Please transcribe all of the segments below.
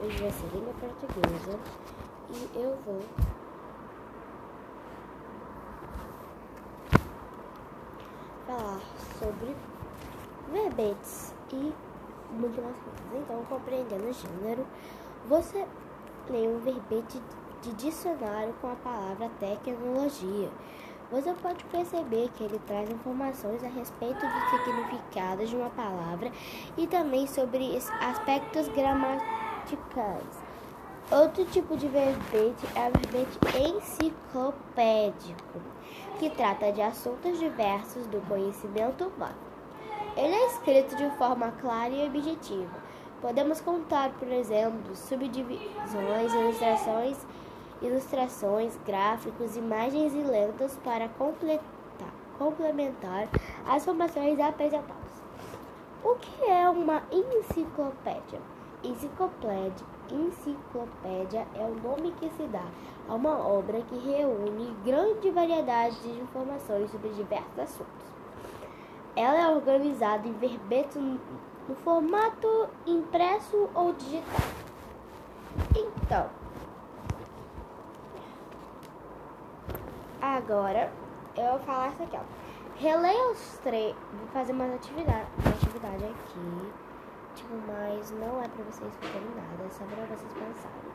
Hoje vai ser língua portuguesa e eu vou falar sobre verbetes e muito mais coisas. Então, compreendendo o gênero, você lê um verbete de dicionário com a palavra tecnologia. Você pode perceber que ele traz informações a respeito dos significados de uma palavra e também sobre aspectos gramaticais. Outro tipo de verbete é o verbete enciclopédico, que trata de assuntos diversos do conhecimento humano. Ele é escrito de forma clara e objetiva. Podemos contar, por exemplo, subdivisões, ilustrações, gráficos, imagens e lendas para complementar as informações apresentadas. O que é uma enciclopédia? Enciclopédia é o nome que se dá a uma obra que reúne grande variedade de informações sobre diversos assuntos. Ela é organizada em verbetes no formato impresso ou digital. Então, agora eu vou falar isso aqui, ó. Releia os três. Vou fazer uma atividade aqui. Mas não é pra vocês fazerem nada, é só pra vocês pensarem.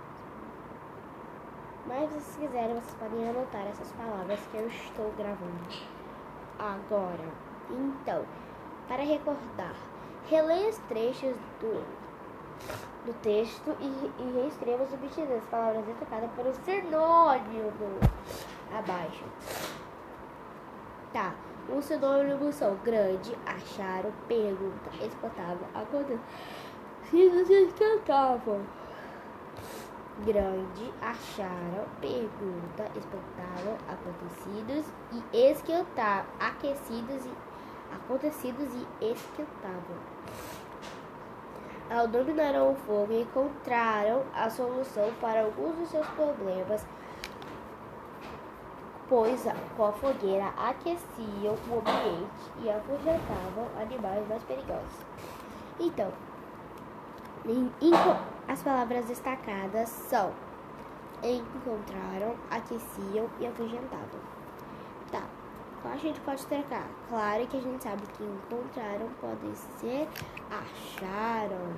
Mas se vocês quiserem, vocês podem anotar essas palavras que eu estou gravando agora. Então, para recordar, releia os trechos do texto e reescreva os subtítulos das palavras destacadas por um sinônimo abaixo. Tá. Os sinônimos são grande, acharam, pergunta, espantavam, acontecidos e esquentavam. Grande, acharam, pergunta, espantavam, acontecidos e esquentavam. Acontecidos e esquentavam. Ao dominaram o fogo, encontraram a solução para alguns dos seus problemas, pois com a fogueira aqueciam o ambiente e afugentavam animais mais perigosos. Então, as palavras destacadas são encontraram, aqueciam e afugentavam. Tá, então a gente pode trocar. Claro que a gente sabe que encontraram pode ser acharam.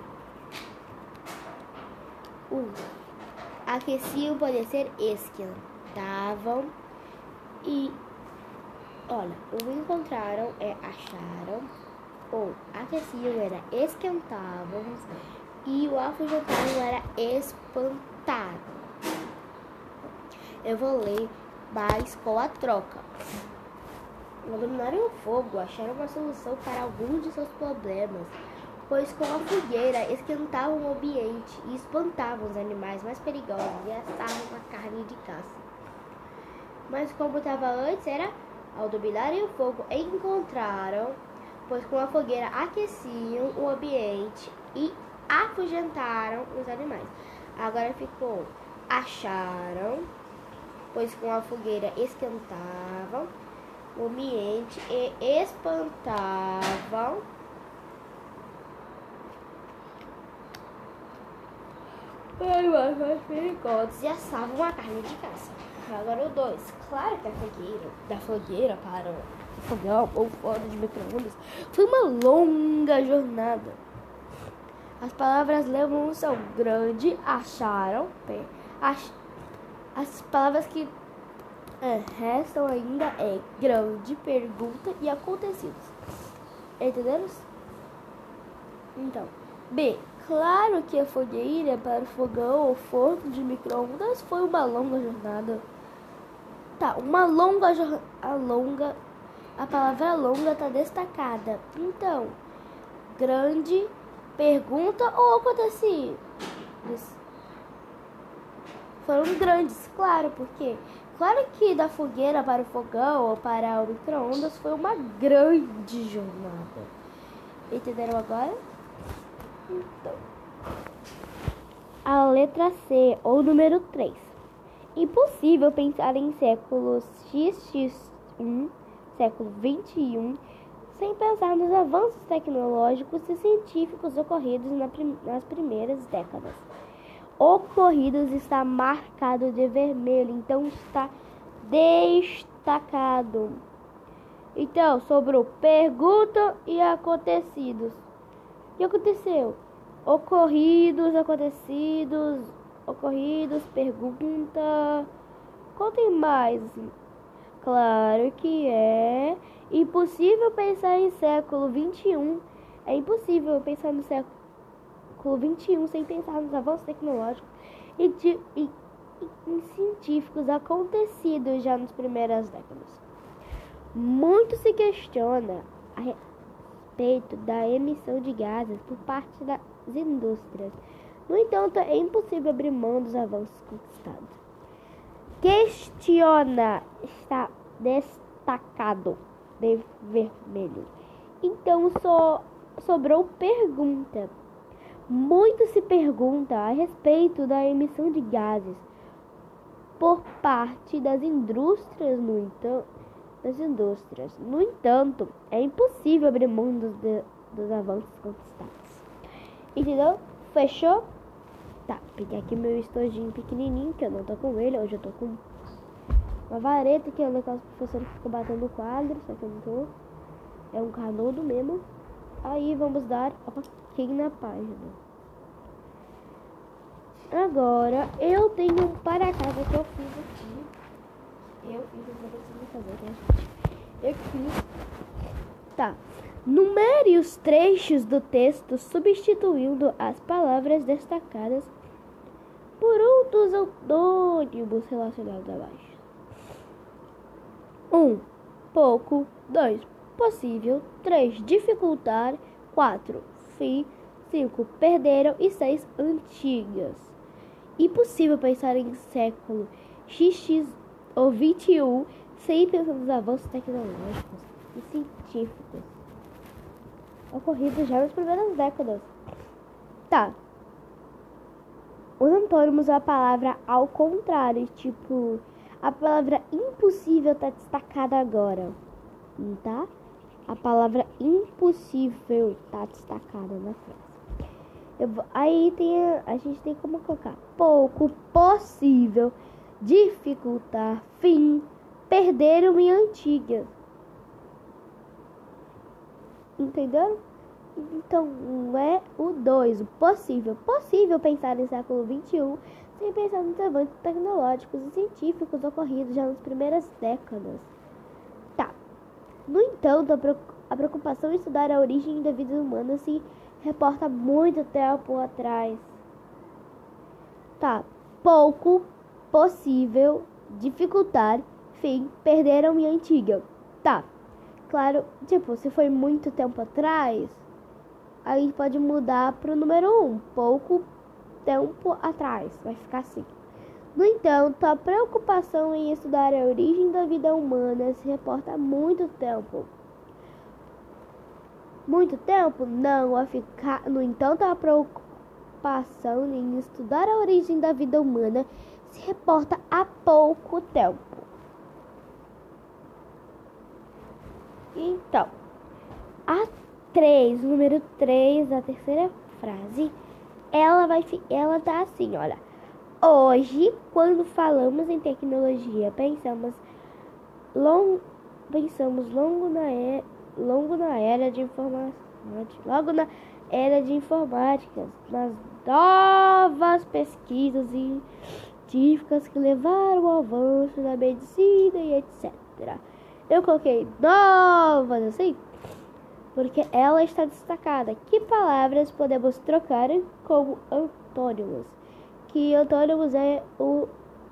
Aqueciam pode ser esquentavam. E, olha, o encontraram é acharam, o aqueciam era esquentavam e o afugentavam era espantavam. Eu vou ler mais com a troca. Ao dominarem o fogo, acharam uma solução para alguns de seus problemas, pois com a fogueira esquentavam o ambiente e espantavam os animais mais perigosos e assavam a carne de caça. Mas como estava antes, era ao dominarem o fogo, encontraram, pois com a fogueira aqueciam o ambiente e afugentaram os animais. Agora ficou acharam, pois com a fogueira esquentavam o ambiente e espantavam animais mais perigosos e assavam a carne de caça. Agora o 2. Claro que da fogueira para o fogão ou forno de micro-ondas foi uma longa jornada. As palavras levam são grande, acharam, as palavras que restam ainda é grande, pergunta e acontecidos. Entenderam? Então, B. Claro que a fogueira para o fogão ou forno de micro-ondas foi uma longa jornada. Tá, a palavra longa tá destacada. Então, grande, pergunta ou acontecidos? Foram grandes, claro, porque claro que da fogueira para o fogão ou para o micro-ondas foi uma grande jornada. Entenderam agora? Então, a letra C, ou número 3. Impossível pensar em séculos XX, século XXI, sem pensar nos avanços tecnológicos e científicos ocorridos nas primeiras décadas. Ocorridos está marcado de vermelho, então está destacado. Então, sobrou pergunta e acontecidos. O que aconteceu? Ocorridos, pergunta. Contem mais. Claro que é impossível pensar em século XXI. É impossível pensar no século XXI sem pensar nos avanços tecnológicos e científicos acontecidos já nas primeiras décadas. Muito se questiona a respeito da emissão de gases por parte das indústrias. No entanto, é impossível abrir mão dos avanços conquistados. Questiona está destacado de vermelho. Então sobrou pergunta. Muito se pergunta a respeito da emissão de gases por parte das indústrias. No entanto, é impossível abrir mão dos avanços conquistados. Entendeu? Fechou? Tá, peguei aqui meu estojinho pequenininho, que eu não tô com ele. Hoje eu tô com uma vareta, que é aquelas professoras que ficam batendo no quadro, só que eu não tô. É um canudo mesmo. Aí vamos dar ok na página. Agora, eu tenho um para casa que eu fiz aqui. Eu preciso fazer, né, gente? Eu fiz. Tá. Numere os trechos do texto substituindo as palavras destacadas por outros antônimos relacionados abaixo. 1. Pouco. 2. Possível. 3. Dificultar. 4. Fim. 5. Perderam. E 6. Antigas. Impossível pensar em século XX ou XXI sem pensar nos avanços tecnológicos e científicos ocorridos já nas primeiras décadas. Tá. Os antônimos, a palavra ao contrário, tipo, a palavra impossível tá destacada agora, tá? A palavra impossível tá destacada na frase. Aí a gente tem como colocar pouco, possível, dificultar, fim, perderam e antigas. Entendeu? Então, é o 2, o possível. Possível pensar em século XXI sem pensar nos avanços tecnológicos e científicos ocorridos já nas primeiras décadas. Tá. No entanto, a preocupação em estudar a origem da vida humana se reporta muito tempo atrás. Tá. Pouco, possível, dificultar, fim, perderam e antiga. Tá. Claro, tipo, se foi muito tempo atrás, aí pode mudar para o número 1. Pouco tempo atrás. Vai ficar assim. No entanto, a preocupação em estudar a origem da vida humana se reporta há muito tempo. Muito tempo? Não, vai ficar. No entanto, a preocupação em estudar a origem da vida humana se reporta há pouco tempo. Então, número 3, a terceira frase, ela tá assim, olha. Hoje, quando falamos em tecnologia, pensamos logo na era de informática, nas novas pesquisas científicas que levaram ao avanço da medicina e etc. Eu coloquei novas assim, porque ela está destacada. Que palavras podemos trocar como antônimos? Que antônimos é o...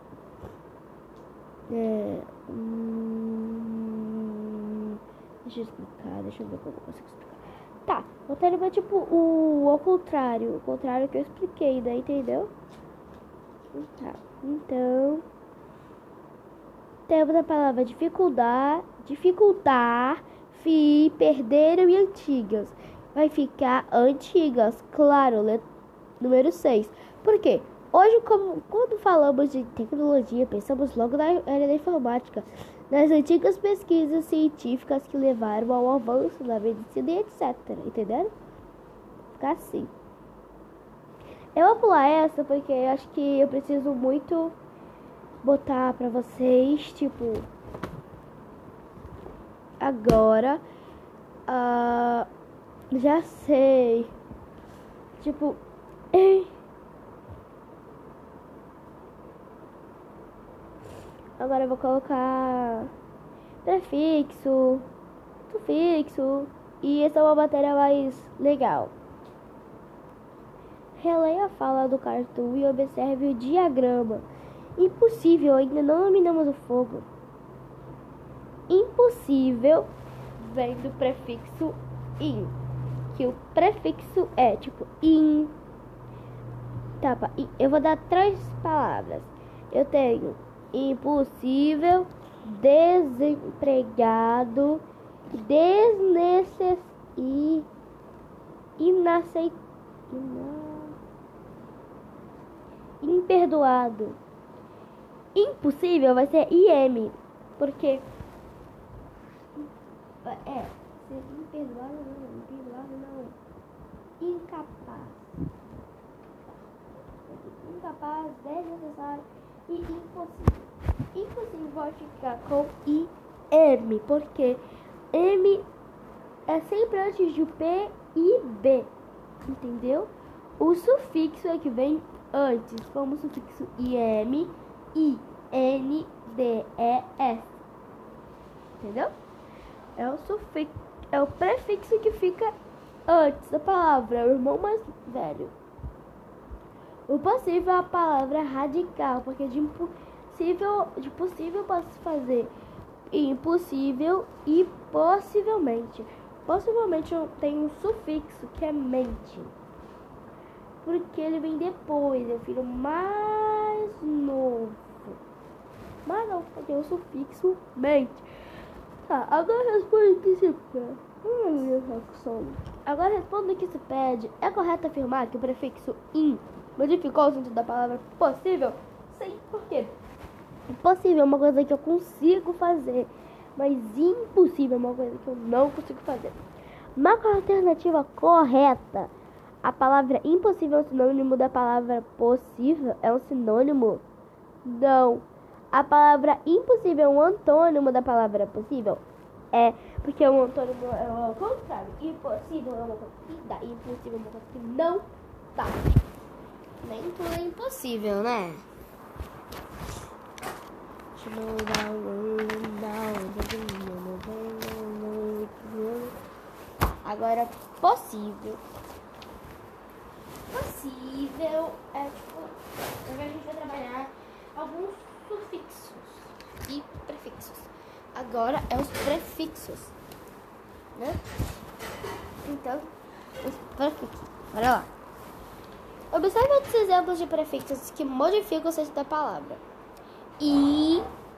Deixa eu ver como eu consigo explicar. Tá, antônimo é tipo ao contrário que eu expliquei, né? Entendeu? Tá, então... Temos a palavra dificultar, perderam e antigas. Vai ficar antigas, claro, número 6. Por quê? Hoje, quando falamos de tecnologia, pensamos logo na era da informática, das antigas pesquisas científicas que levaram ao avanço da medicina e etc. Entenderam? Ficar assim. Eu vou pular essa porque eu acho que eu preciso muito botar pra vocês, tipo, agora, já sei, tipo, agora eu vou colocar prefixo, sufixo, e essa é uma matéria mais legal. Releia a fala do cartoon e observe o diagrama. Impossível, ainda não dominamos o fogo. Impossível vem do prefixo in, que o prefixo é tipo in. Eu vou dar 3 palavras. Eu tenho impossível, desempregado, imperdoado. Impossível vai ser IM, porque imperdoado não, incapaz, desnecessário e impossível. Impossível vai ficar com IM, porque M é sempre antes de P e B, entendeu? O sufixo é que vem antes, como o sufixo IM, I, N, D, E, S. Entendeu? É o sufixo, é o prefixo que fica antes da palavra, é o irmão mais velho. O possível é a palavra radical, porque de possível eu posso fazer impossível e possivelmente. Possivelmente eu tenho um sufixo que é mente, porque ele vem depois, é o filho mais novo. Mas não, tem o sufixo mente. Tá, agora responde o que se pede. Agora responda o que se pede. É correto afirmar que o prefixo in modificou o sentido da palavra possível? Sim, por quê? Possível é uma coisa que eu consigo fazer, mas impossível é uma coisa que eu não consigo fazer. Na alternativa correta, a palavra impossível é um sinônimo da palavra possível? É um sinônimo? Não. A palavra impossível é um antônimo da palavra possível? É, porque o antônimo é o contrário. Impossível é uma coisa que dá, impossível é uma coisa que não dá. Nem tudo é impossível, né? Agora, possível. Possível é tipo, a gente vai trabalhar alguns sufixos e prefixos. Agora é os prefixos, né? Então, os prefixos. Olha lá. Observe outros exemplos de prefixos que modificam o sentido da palavra. I,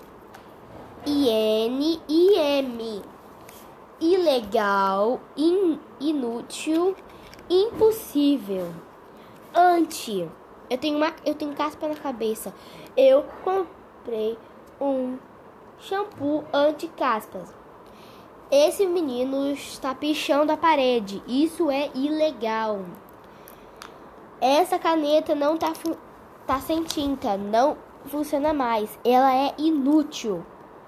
IN, IM. Ilegal, inútil, impossível. Anti. Eu tenho caspa na cabeça. Eu comprei um shampoo anti-caspas. Esse menino está pichando a parede. Isso é ilegal. Essa caneta não tá sem tinta. Não funciona mais. Ela é inútil.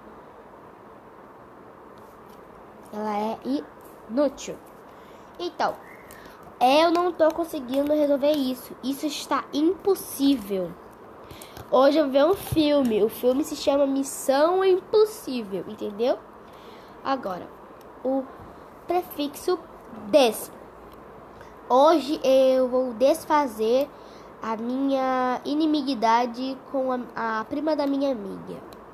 Ela é inútil. Então, eu não tô conseguindo resolver isso. Isso está impossível. Hoje eu vi um filme. O filme se chama Missão Impossível. Entendeu? Agora, o prefixo des. Hoje eu vou desfazer a minha inimizade com a prima da minha amiga.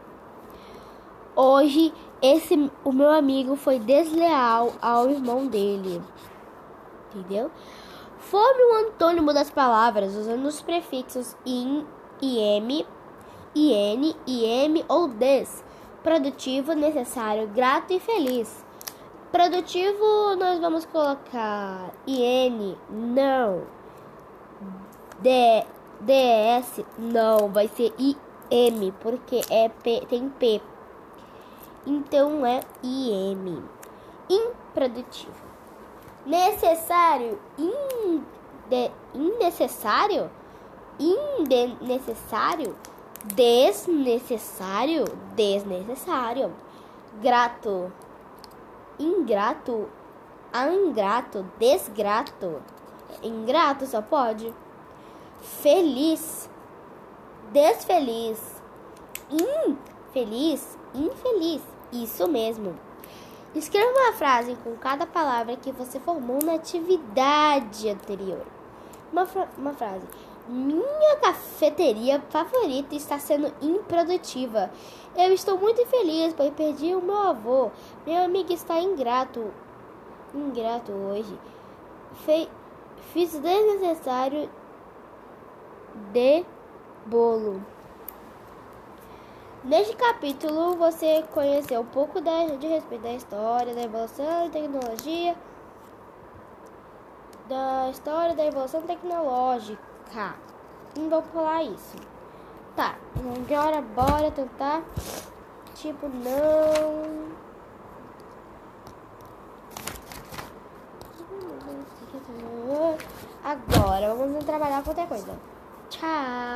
Hoje, o meu amigo foi desleal ao irmão dele. Entendeu? Forme um antônimo das palavras usando os prefixos in, im, in, im ou des. Produtivo, necessário, grato e feliz. Produtivo, nós vamos colocar in, não. DS, não. Vai ser im, porque tem P. Então é IM. Improdutivo. Necessário, innecessário, indesnecessário, desnecessário, desnecessário. Grato, ingrato, ingrato, desgrato. Ingrato só pode. Feliz, desfeliz, infeliz, infeliz. Isso mesmo. Escreva uma frase com cada palavra que você formou na atividade anterior. Uma frase. Minha cafeteria favorita está sendo improdutiva. Eu estou muito infeliz, pois perdi o meu avô. Meu amigo está ingrato hoje. Fiz o desnecessário de bolo. Neste capítulo, você conheceu um pouco de respeito da história, da evolução e tecnologia, tecnológica. Não vou pular isso. Tá, agora bora tentar. Não. Agora, vamos trabalhar com outra coisa. Tchau.